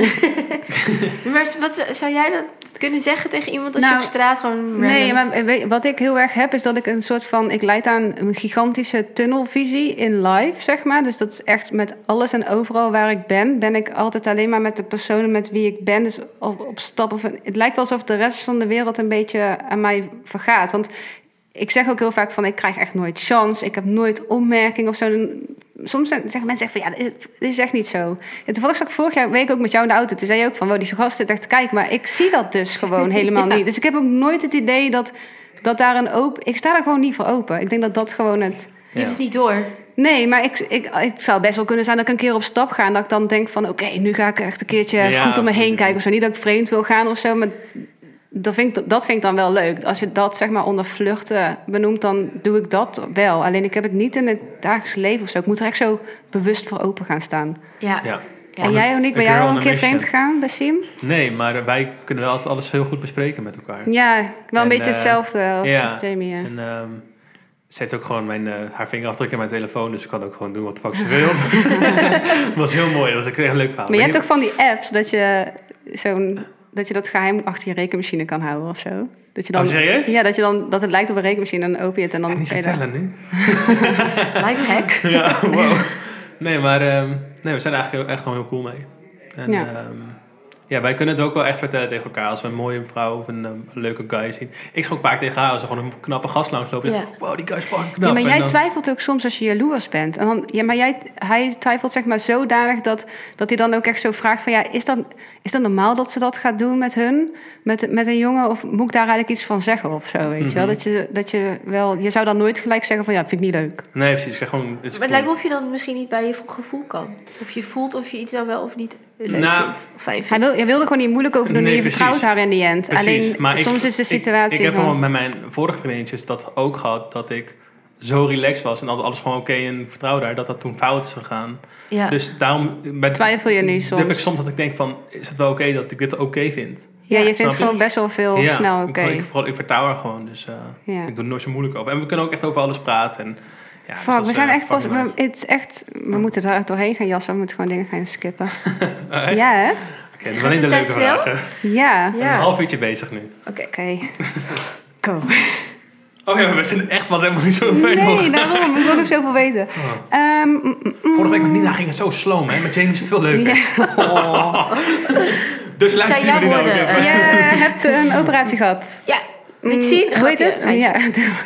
Maar wat zou jij dat kunnen zeggen tegen iemand als Nou, je op straat gewoon random... Nee, maar weet- wat ik heel erg heb... is dat ik een soort van... Ik leid aan een gigantische tunnelvisie in live, zeg maar. Dus dat is echt met alles en overal waar ik ben... ben ik altijd alleen maar met de personen met wie ik ben. Dus op, op stap of... Het lijkt wel alsof de rest van de wereld een beetje aan mij vergaat. Want... Ik zeg ook heel vaak van, ik krijg echt nooit chance. Ik heb nooit opmerking of zo. Soms zeggen mensen echt van, ja, dit is echt niet zo. Ja, toevallig zag ik vorig jaar week ook met jou in de auto. Toen zei je ook van, wow, die gast zit echt te kijken. Maar ik zie dat dus gewoon helemaal ja. niet. Dus ik heb ook nooit het idee dat, dat daar een open... Ik sta daar gewoon niet voor open. Ik denk dat dat gewoon het... Je hebt het niet door. Nee, maar ik, ik, het zou best wel kunnen zijn dat ik een keer op stap ga... en dat ik dan denk van, oké, okay, nu ga ik echt een keertje Ja, goed om me heen ja. kijken of zo. Niet dat ik vreemd wil gaan of zo, maar... Dat vind, ik, dat vind ik dan wel leuk. Als je dat zeg maar onder vluchten benoemt, dan doe ik dat wel. Alleen ik heb het niet in het dagelijks leven of zo. Ik moet er echt zo bewust voor open gaan staan. Ja. Ja. Ja. En jij, Oniek, ben A jij girl al on een a keer mission. vreemd gegaan bij Siem? Nee, maar wij kunnen wel altijd alles heel goed bespreken met elkaar. Ja, wel een En, beetje uh, hetzelfde als ja. Jamie. Ja. En um, ze heeft ook gewoon mijn, uh, haar vingerafdruk in mijn telefoon, dus ik kan ook gewoon doen wat de fuck ze wil. Dat was heel mooi, dat was echt een leuk verhaal. Maar je hebt toch van die apps dat je zo'n... dat je dat geheim achter je rekenmachine kan houden of zo? Dat je dan, Oh, serieus? Ja, dat, je dan, dat het lijkt op een rekenmachine en dan open je het en dan... Ja, niet kan je daar- vertellen nu. Lifehack. Ja, wow. Nee, maar um, nee, we zijn eigenlijk heel, echt gewoon heel cool mee. En, Ja. um, ja, wij kunnen het ook wel echt vertellen tegen elkaar. Als we een mooie vrouw of een, um, een leuke guy zien. Ik zeg ook vaak tegen haar als er gewoon een knappe gast langs loopt. Ja. Wow, die guy is fucking knap. Ja, maar En jij dan- twijfelt ook soms als je jaloers bent. En dan, ja, maar jij, hij twijfelt zeg maar zodanig dat, dat hij dan ook echt zo vraagt van... ja, is dat, is dat normaal dat ze dat gaat doen met hun? Met, met een jongen? Of moet ik daar eigenlijk iets van zeggen of zo, weet je wel? Mhm. Dat je, dat je wel... Je zou dan nooit gelijk zeggen van... ja, vind ik niet leuk. Nee, precies. Ik zeg gewoon... Het is Maar het lijkt me of je dan misschien niet bij je gevoel kan. Of je voelt of je iets dan wel of niet leuk Nou, vindt. Of fijn Hij, vindt. wil, hij wilde gewoon niet moeilijk over doen... Nee, en je precies. vertrouwt haar in die end. Precies, Alleen maar ik- soms is de situatie Ik, ik heb van... gewoon met mijn vorige vriendinnetjes dat ook gehad, dat ik zo relaxed was en altijd alles gewoon oké en vertrouwde haar, dat dat toen fout is gegaan. Ja. Dus daarom... Bij, Twijfel je nu Dan soms? heb ik soms dat ik denk van, is het wel oké dat ik dit oké vind? Ja, je Ja, vindt snap je? gewoon best wel veel ja, snel ik- oké. Ik, vooral- ik vertrouw haar gewoon, dus uh, Ja. ik doe er nooit zo moeilijk over. En we kunnen ook echt over alles praten. En, ja, dus Fuck, dat we is, zijn uh, echt pas... fucking We, nice. het is echt, we moeten daar doorheen gaan jassen. We moeten gewoon dingen gaan skippen. Uh, echt? Ja, hè? Oké, dat is alleen de de leuke tijd snel? vragen. Ja. We zijn een half uurtje bezig nu. Oké. Oké. Go. Oh ja, maar we zijn echt pas helemaal niet zo ver nog. Nee, daarom. Ik wil nog zoveel weten. Oh. Ehm, mm, mm, mm. Vorige week met Nina ging het zo sloom, hè? Met Jamie is het veel leuker. Ja. Oh. Dus Het luister zijn die jouw maar niet woorden, over. Je hebt een operatie gehad. Ja. Mm, Niet zien? Hoe heet het? Grapje. Ja.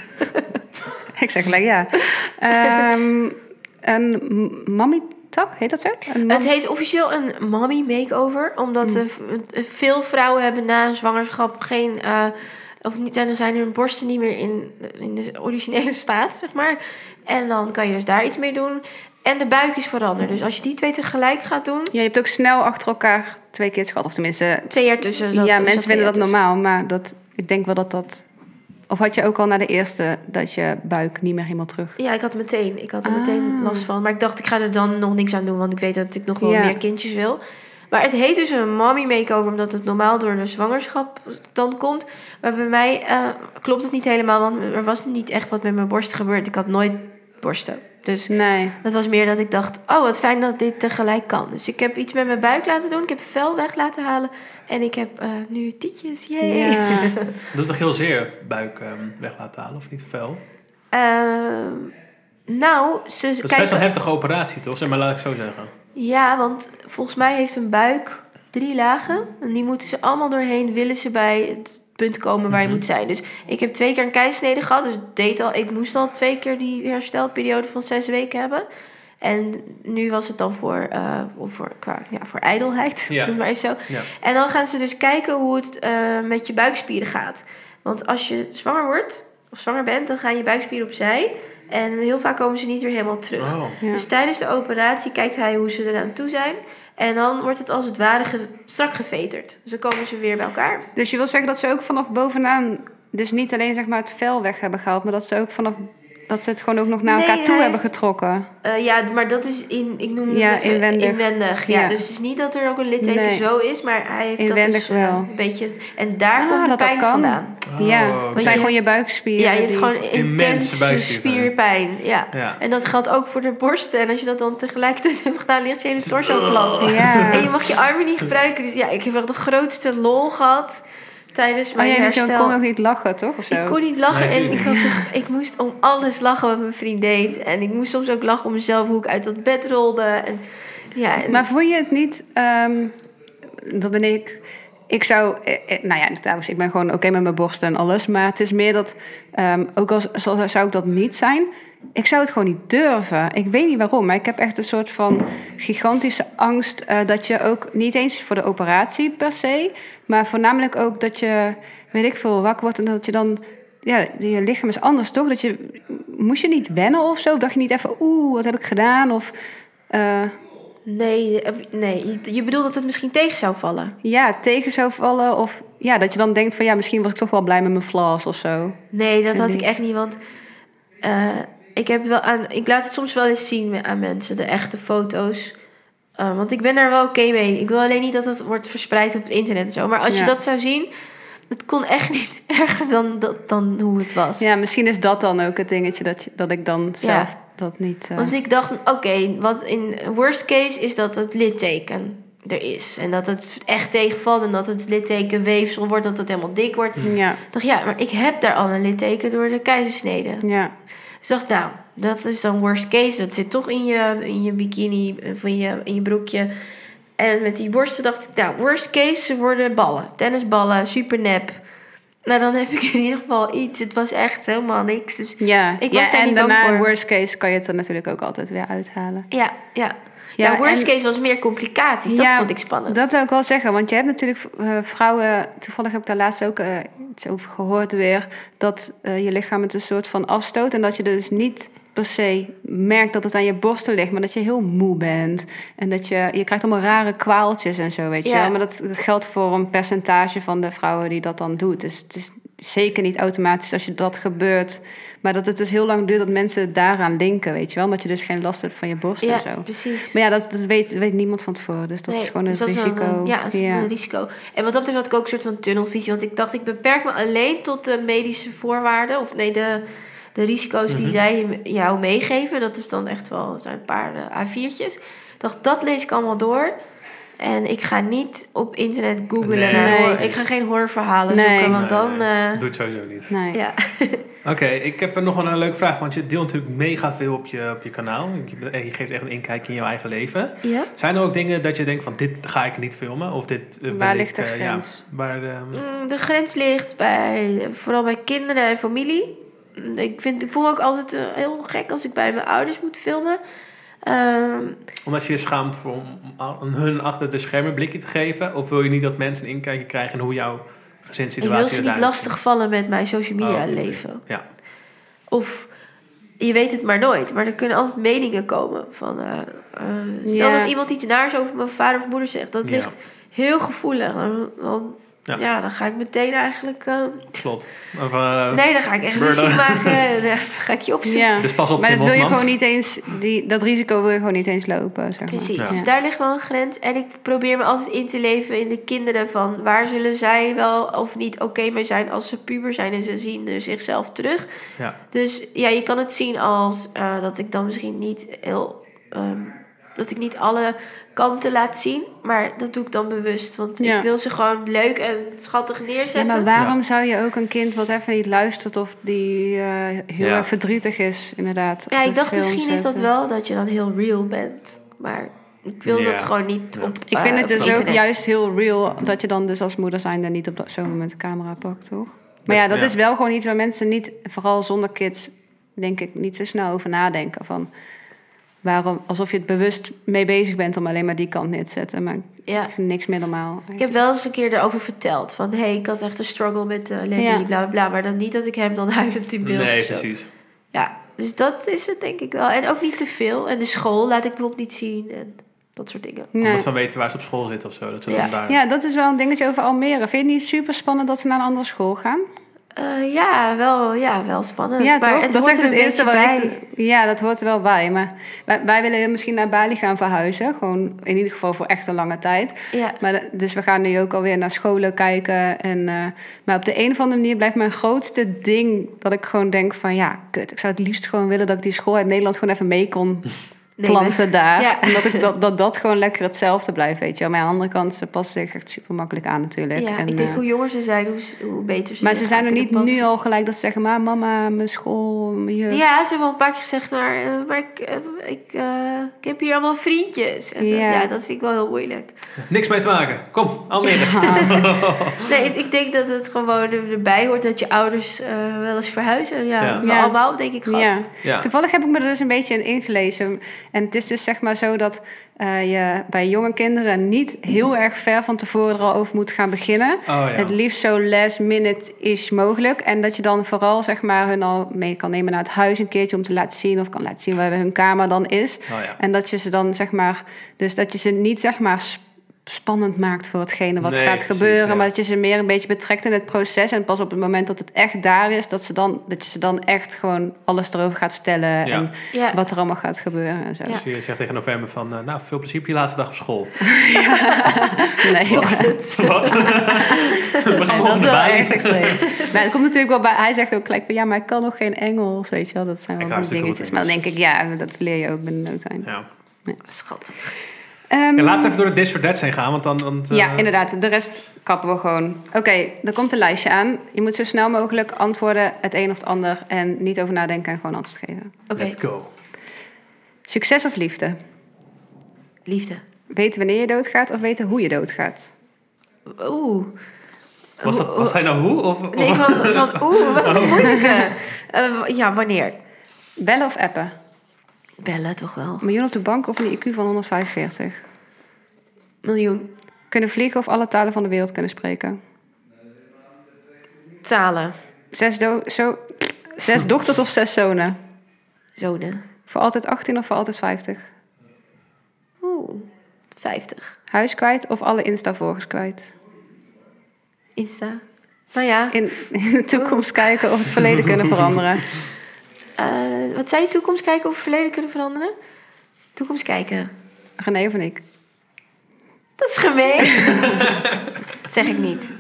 Ik zeg gelijk ja. Ehm, een m- mommy-tak, heet dat zo? Een mam- Het heet officieel een mommy makeover. Omdat eh, v- eh, veel vrouwen hebben na een zwangerschap geen... eh, of niet, dan zijn hun borsten niet meer in, in de originele staat, zeg maar. En dan kan je dus daar iets mee doen. En de buik is veranderd. Dus als je die twee tegelijk gaat doen... Ja, je hebt ook snel achter elkaar twee kids gehad. Of tenminste, Twee jaar tussen. zat- ja, zat mensen twee vinden jaar dat tussen. normaal. Maar dat, ik denk wel dat dat... Of had je ook al na de eerste dat je buik niet meer helemaal terug... Ja, ik had meteen. Ik had er Ah. meteen last van. Maar ik dacht, ik ga er dan nog niks aan doen. Want ik weet dat ik nog wel Ja. meer kindjes wil. Maar het heet dus een mommy makeover. Omdat het normaal door de zwangerschap dan komt. Maar bij mij eh, klopt het niet helemaal. Want er was niet echt wat met mijn borst gebeurd. Ik had nooit borsten. Dus Nee. dat was meer dat ik dacht... Oh, wat fijn dat dit tegelijk kan. Dus ik heb iets met mijn buik laten doen. Ik heb vel weg laten halen. En ik heb eh, nu tietjes. Yay! Ja. Dat doet toch heel zeer buik um, weg laten halen, of niet fel? Ehm, nou, ze Dat is kijken... best wel een heftige operatie, toch? Zeg maar, laat ik zo zeggen. Ja, want volgens mij heeft een buik drie lagen. En die moeten ze allemaal doorheen, willen ze bij het punt komen waar je Mhm. moet zijn. Dus ik heb twee keer een keisnede gehad. Dus het deed al, ik moest al twee keer die herstelperiode van zes weken hebben. En nu was het dan voor, uh, voor, qua, ja, voor ijdelheid, Ja. noem maar even zo. Ja. En dan gaan ze dus kijken hoe het uh, met je buikspieren gaat. Want als je zwanger wordt, of zwanger bent, dan gaan je buikspieren opzij. En heel vaak komen ze niet weer helemaal terug. Oh. Ja. Dus tijdens de operatie kijkt hij hoe ze eraan toe zijn. En dan wordt het als het ware ge- strak geveterd. Dus dan komen ze weer bij elkaar. Dus je wil zeggen dat ze ook vanaf bovenaan... Dus niet alleen zeg maar het vel weg hebben gehaald... maar dat ze ook vanaf dat ze het gewoon ook nog naar Nee, elkaar toe hij hebben heeft- getrokken. Uh, ja, maar dat is in, ik noem het Ja, even inwendig. inwendig. Ja. Ja. Dus het is niet dat er ook een litteken Nee. zo is, maar hij heeft Inwendig dat dus uh, wel. een beetje... En daar Ah, komt de dat dat pijn kan. vandaan. Ja, Oh, het oké. zijn je- gewoon je buikspieren. Ja, je hebt die- gewoon Immense intense buikspierpijn. spierpijn. Ja. Ja. En dat geldt ook voor de borsten. En als je dat dan tegelijkertijd hebt gedaan, ligt je hele torso plat. Ja. En je mag je armen niet gebruiken. Dus ja, ik heb wel de grootste lol gehad tijdens Oh, mijn jij herstel. kon ook niet lachen, toch? Of zo? Ik kon niet lachen Nee, en ik, tuurlijk. had toch, ik moest om alles lachen wat mijn vriend deed. En ik moest soms ook lachen om mezelf, hoe ik uit dat bed rolde. En, ja, en, Maar vond je het niet... ehm, dat ben ik... Ik zou... eh, eh, nou ja, trouwens, ik ben gewoon oké met mijn borsten en alles. Maar het is meer dat... ehm, ook al zou, zou ik dat niet zijn... Ik zou het gewoon niet durven. Ik weet niet waarom, maar ik heb echt een soort van gigantische angst... eh, dat je ook niet eens voor de operatie per se... maar voornamelijk ook dat je, weet ik veel, wakker wordt... en dat je dan... Ja, je lichaam is anders, toch? Dat je, moest je niet wennen of zo? Dacht je niet even, oeh, wat heb ik gedaan? Of... eh, nee, nee, je, je bedoelt dat het misschien tegen zou vallen? ja, tegen zou vallen. Of ja, dat je dan denkt van ja, misschien was ik toch wel blij met mijn flaws of zo. Nee, dat Zo had die- ik echt niet, want uh, ik, heb wel aan, ik laat het soms wel eens zien aan mensen, de echte foto's. Uh, want ik ben daar wel oké mee. Ik wil alleen niet dat het wordt verspreid op het internet en zo. Maar als Ja. je dat zou zien, het kon echt niet erger dan, dat, dan hoe het was. Ja, misschien is dat dan ook het dingetje dat, je, dat ik dan zelf dat niet... uh, Want ik dacht, oké, okay, wat in worst case is dat het litteken er is. En dat het echt tegenvalt en dat het litteken weefsel wordt, dat het helemaal dik wordt. ja, Ik dacht, ja, maar ik heb daar al een litteken door de keizersnede. ja. Dus ik dacht, nou, dat is dan worst case. Dat zit toch in je, in je bikini, of in je, in je broekje. En met die borsten dacht ik, nou, worst case, ze worden ballen. Tennisballen, super nep. Nou, dan heb ik in ieder geval iets. Het was echt helemaal niks. Dus Ja, Ik was ja daar en niet bang daarna voor. in worst case kan je het er natuurlijk ook altijd weer uithalen. ja, ja. Ja, Ja, worst en- case was meer complicaties. Dat Ja, vond ik spannend. Dat wil ik wel zeggen, want je hebt natuurlijk uh, vrouwen... Toevallig heb ik daar laatst ook uh, iets over gehoord weer... dat uh, je lichaam het een soort van afstoot... en dat je dus niet per se merkt dat het aan je borsten ligt... maar dat je heel moe bent. En dat je... Je krijgt allemaal rare kwaaltjes en zo, weet je Ja. wel. Maar dat geldt voor een percentage van de vrouwen die dat dan doet. Dus het is zeker niet automatisch als je dat gebeurt... maar dat het dus heel lang duurt dat mensen het daaraan linken, weet je wel. Omdat je dus geen last hebt van je borsten ja, en zo. precies. Maar ja, dat, dat weet, weet niemand van tevoren. Dus dat Nee, is gewoon dus een dat is risico. een, ja, dat is een risico. En wat dat betreft had ik ook een soort van tunnelvisie. Want ik dacht, ik beperk me alleen tot de medische voorwaarden. Of nee, de, de risico's die Mhm. zij jou meegeven. Dat is dan echt wel zijn een paar uh, A viertjes. Ik dacht, dat lees ik allemaal door. En ik ga niet op internet googlen Nee, naar nee. horror. Ik ga geen horrorverhalen Nee. zoeken. Want Nee, dan... nee. Uh, Doe het sowieso niet. Nee. ja. Oké, ik heb er nog wel een leuke vraag. Want je deelt natuurlijk mega veel op je, op je kanaal. Je, je geeft echt een inkijkje in jouw eigen leven. ja. Zijn er ook dingen dat je denkt van dit ga ik niet filmen? Of dit uh, wil Waar ik, ligt de uh, grens? Ja, waar, um, Mm, De grens ligt bij, vooral bij kinderen en familie. Ik, vind, ik voel me ook altijd uh, heel gek als ik bij mijn ouders moet filmen. Um, omdat je je schaamt voor om, om hun achter de schermen blikje te geven? Of wil je niet dat mensen een inkijkje krijgen in hoe jouw ik gezinssituatie wil ze niet eruit ziet? lastig vallen met mijn social media Oh, oké. leven. Ja. Of je weet het maar nooit. Maar er kunnen altijd meningen komen. Van, uh, uh, stel Ja. dat iemand iets naars over mijn vader of moeder zegt. Dat Ja. ligt heel gevoelig. Dan, dan, Ja. ja. dan ga ik meteen eigenlijk... Uh, Slot. Of, uh, nee, dan ga ik echt Burden. ruzie maken. En dan ga ik je opzoeken. Ja. Dus pas op, Maar Tim dat wil je Hofman. gewoon niet eens... Die, dat risico wil je gewoon niet eens lopen, zeg maar. Precies, Ja. dus daar ligt wel een grens. En ik probeer me altijd in te leven in de kinderen van... waar zullen zij wel of niet oké mee zijn als ze puber zijn... en ze zien dus zichzelf terug. Ja. Dus ja, je kan het zien als uh, dat ik dan misschien niet heel... Um, dat ik niet alle kanten laat zien. Maar dat doe ik dan bewust. Want Ja. ik wil ze gewoon leuk en schattig Ja, neerzetten. maar waarom Ja. zou je ook een kind wat even niet luistert... of die uh, heel Ja. erg verdrietig is, inderdaad... Ja, op ik de dacht film misschien is dat zetten? wel dat je dan heel real bent. Maar ik wil Ja. dat gewoon niet Ja. op Ik uh, vind het op dus ook internet. juist heel real... dat je dan dus als moeder zijnde niet op dat- zo'n moment de camera pakt, toch? Maar ja, dat Ja. is wel gewoon iets waar mensen niet... vooral zonder kids, denk ik, niet zo snel over nadenken. Van waarom, alsof je het bewust mee bezig bent... om alleen maar die kant neer te zetten. Maar Ja. ik vind niks meer normaal. Ik heb wel eens een keer erover verteld. Van, hé, hey, ik had echt een struggle met uh, Lenny, Ja. bla, bla, bla. Maar dan niet dat ik hem dan huilend in beeld Nee, of zo. precies. Ja, dus dat is het denk ik wel. En ook niet te veel. En de school laat ik bijvoorbeeld niet zien. En dat soort dingen. Nee. Omdat ze dan weten waar ze op school zitten of zo. Dat ze Ja. dan daar... Ja, dat is wel een dingetje over Almere. Vind je het niet super spannend dat ze naar een andere school gaan? Uh, ja, wel, ja, wel spannend. Ja, maar toch? het dat is hoort echt er het een eerste wat beetje ik... Ja, dat hoort er wel bij. Maar wij, wij willen misschien naar Bali gaan verhuizen. Gewoon in ieder geval voor echt een lange tijd. Ja. Maar de, dus we gaan nu ook alweer naar scholen kijken. En, uh, maar op de een of andere manier blijft mijn grootste ding... dat ik gewoon denk van... ja, kut, ik zou het liefst gewoon willen... dat ik die school uit Nederland gewoon even mee kon... planten daar. Ja. En dat, ik, dat, dat dat gewoon lekker hetzelfde blijft, weet je wel. Maar aan de andere kant, ze passen zich echt super makkelijk aan natuurlijk. Ja, en, ik denk uh, hoe jonger ze zijn, hoe, hoe beter ze Maar ze zijn er niet passen. nu al gelijk dat ze zeggen... maar mama, mijn school, mijn jeugd. Ja, ze hebben al een paar keer gezegd... maar, uh, maar ik, uh, ik, uh, ik heb hier allemaal vriendjes. En, uh, ja. ja, dat vind ik wel heel moeilijk. Niks mee te maken. Kom, Almere. nee, ik, ik denk dat het gewoon erbij hoort... dat je ouders uh, wel eens verhuizen. Ja, ja. ja. allemaal denk ik gehad. Ja. Ja. Toevallig heb ik me er dus een beetje in ingelezen. En het is dus zeg maar zo dat uh, je bij jonge kinderen niet heel erg ver van tevoren er al over moet gaan beginnen. Oh, ja. Het liefst zo last minute is mogelijk. En dat je dan vooral zeg maar hun al mee kan nemen naar het huis een keertje om te laten zien of kan laten zien waar hun kamer dan is. Oh, ja. En dat je ze dan zeg maar, dus dat je ze niet zeg maar spannend maakt voor hetgene wat nee, gaat precies, gebeuren, ja. maar dat je ze meer een beetje betrekt in het proces en pas op het moment dat het echt daar is, dat, ze dan, dat je ze dan echt gewoon alles erover gaat vertellen ja. en ja. wat er allemaal gaat gebeuren en zo. Ja. Dus je zegt tegen november van, uh, nou, veel plezier op je laatste dag op school. ja. Nee, ochtends. Wat? We gaan dat is wel erbij. echt extreem. Maar het komt natuurlijk wel bij, hij zegt ook gelijk van, ja, maar ik kan nog geen Engels, weet je wel, dat zijn wel die dingetjes. Maar dan denk ik, ja, dat leer je ook binnen no time. Ja. Ja. Schattig. Um, ja, laten we even door de This or That heen gaan, want dan... Want, uh... Ja, inderdaad. De rest kappen we gewoon. Oké, okay, er komt een lijstje aan. Je moet zo snel mogelijk antwoorden het een of het ander en niet over nadenken en gewoon antwoord geven. Oké. Okay. Let's go. Succes of liefde? Liefde. Weten wanneer je doodgaat of weten hoe je doodgaat? Oeh. Was, dat, was hij nou hoe? Of, nee, van, van oeh, wat is een moeilijke. Uh, ja, wanneer? Bellen of appen? Bellen toch wel. Miljoen op de bank of een I Q van honderdvijfenveertig? Miljoen. Kunnen vliegen of alle talen van de wereld kunnen spreken? Talen. Zes, do- zo- zes dochters of zes zonen? Zonen. Voor altijd achttien of voor altijd vijftig? Oeh, vijftig. Huis kwijt of alle Insta-volgers kwijt? Insta. Nou ja. In, in de toekomst kijken of het verleden kunnen veranderen? Uh, wat zei je? Toekomst kijken of het verleden kunnen veranderen? Toekomst kijken. René of ik? Dat is gemeen. Dat zeg ik niet.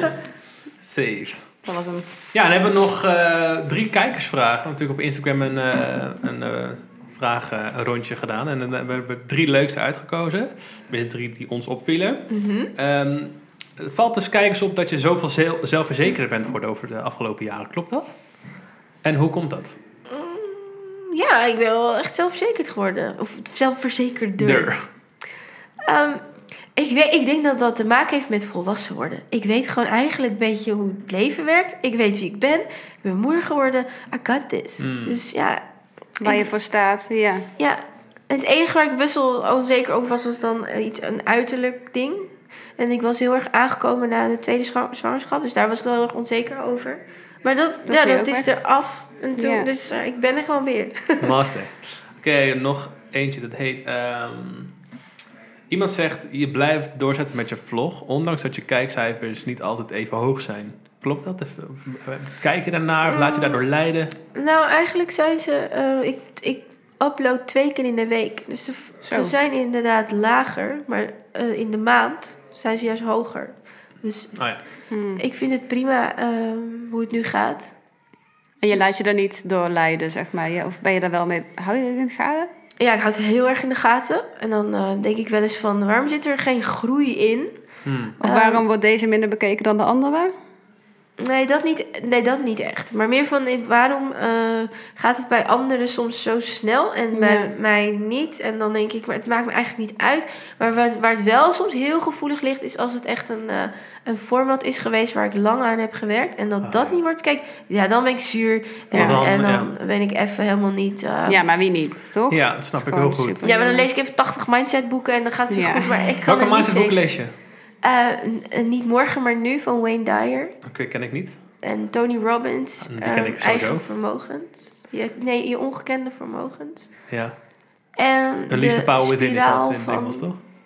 Saved. Dat was hem. Ja, dan hebben we nog uh, drie kijkersvragen. Natuurlijk op Instagram een, uh, een uh, vragenrondje gedaan. En dan hebben we drie leukste uitgekozen. Tenminste, drie die ons opvielen. Mm-hmm. Um, het valt dus kijkers op dat je zoveel zelfverzekerder bent geworden over de afgelopen jaren. Klopt dat? En hoe komt dat? Mm, ja, ik ben wel echt zelfverzekerd geworden. Of zelfverzekerder. Um, ik, weet, ik denk dat dat te maken heeft met volwassen worden. Ik weet gewoon eigenlijk een beetje hoe het leven werkt. Ik weet wie ik ben. Ik ben moeder geworden. I got this. Mm. Dus ja. Waar je voor staat, ja. Ja. Het enige waar ik best wel onzeker over was, was dan iets, een uiterlijk ding. En ik was heel erg aangekomen na de tweede zwangerschap. Dus daar was ik wel heel erg onzeker over. Maar dat, dat, ja, dat is er af. En toen, ja. Dus uh, ik ben er gewoon weer. Master. Oké, okay, nog eentje dat heet... Um, iemand zegt, je blijft doorzetten met je vlog, ondanks dat je kijkcijfers niet altijd even hoog zijn. Klopt dat? Kijk je daarnaar of laat je daardoor leiden? Nou, eigenlijk zijn ze... Uh, ik, ik upload twee keer in de week. Dus de, ze zijn inderdaad lager, maar uh, in de maand zijn ze juist hoger. Dus oh ja. hmm. ik vind het prima uh, hoe het nu gaat. En je laat je er niet door leiden, zeg maar? Ja, of ben je daar wel mee... Hou je dat in de gaten? Ja, ik houd het heel erg in de gaten. En dan uh, denk ik wel eens van, waarom zit er geen groei in? Hmm. Of waarom um, wordt deze minder bekeken dan de andere? Nee, dat niet, nee, dat niet echt. Maar meer van, waarom uh, gaat het bij anderen soms zo snel en bij ja. mij niet? En dan denk ik, maar het maakt me eigenlijk niet uit. Maar waar, waar het wel soms heel gevoelig ligt, is als het echt een, uh, een format is geweest waar ik lang aan heb gewerkt. En dat oh, dat ja. niet wordt bekeken. Ja, dan ben ik zuur. En, ja, dan, en dan ja. ben ik even helemaal niet... Uh, ja, maar wie niet, toch? Ja, dat snap ik heel goed. Super. Ja, maar dan lees ik even tachtig mindset boeken en dan gaat het weer ja. goed. Maar ik kan Welke mindset boeken lees je? Uh, n- niet morgen, maar nu van Wayne Dyer. Oké, okay, ken ik niet. En Tony Robbins. Die ken ik um, eigen vermogens. Je, nee, je ongekende vermogens. Ja. En Unleash the Power Within is dat in van... Engels, toch?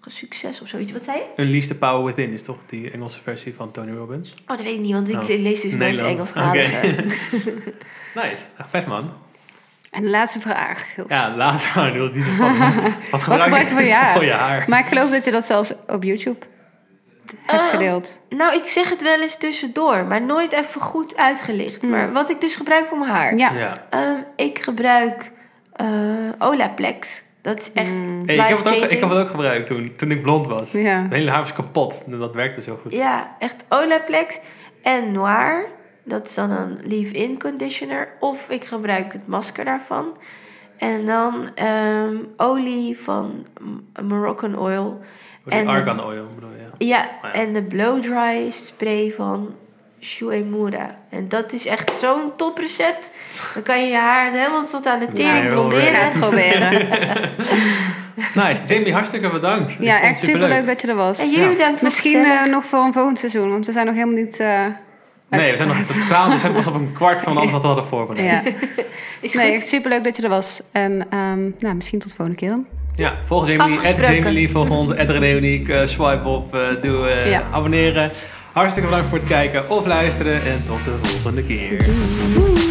succes of zoiets. Wat zei je? Unleash the Power Within is toch die Engelse versie van Tony Robbins? Oh, dat weet ik niet, want ik Oh. lees dus nooit Nederland. Engelstalige. Oké. Nice. Ach, vet man. En de laatste vraag, Gils. Ja, laatst maar. Nu niet zo van. Wat gebruik, gebruik je voor je haar? Voor je haar. Maar ik geloof dat je dat zelfs op YouTube hebt Uh, gedeeld. Nou, ik zeg het wel eens tussendoor, maar nooit even goed uitgelicht. Hmm. Maar wat ik dus gebruik voor mijn haar. Ja. Ja. Ehm, ik gebruik uh, Olaplex. Dat is echt Mm. Hey, ik, heb het ook, life-changing. ik heb het ook gebruikt toen, toen ik blond was. Ja. Mijn hele haar was kapot. Dus dat werkte zo goed. Ja, echt Olaplex en Noir. Dat is dan een leave-in conditioner. Of ik gebruik het masker daarvan. En dan ehm, olie van M- Moroccan Oil. Oh, die En de- argan oil bedoel je? Ja, Oh ja. en de blow-dry spray van Shuemura. En dat is echt zo'n toprecept. Dan kan je je haar helemaal tot aan de tering heel blonderen. Ik ga het proberen. Nice. Jamie, hartstikke bedankt. Ik Ja, vond het echt superleuk dat je er was. En jullie Ja. bedankt voor Misschien het gezellig. eh, nog voor een volgend seizoen, want we zijn nog helemaal niet... eh, Nee, we zijn nog uitgebreid. totaal, we zijn pas op een kwart van alles wat we hadden voorbereid. Ja. Is Nee, goed. echt superleuk dat je er was. En ehm, nou, misschien tot de volgende keer dan. Ja, volg Jamie, at Afgesproken. Jamie Lee, volg ons, at René Uniek, uh, swipe op, uh, doe uh, Ja. abonneren. Hartstikke bedankt voor het kijken of luisteren en tot de volgende keer. Doei.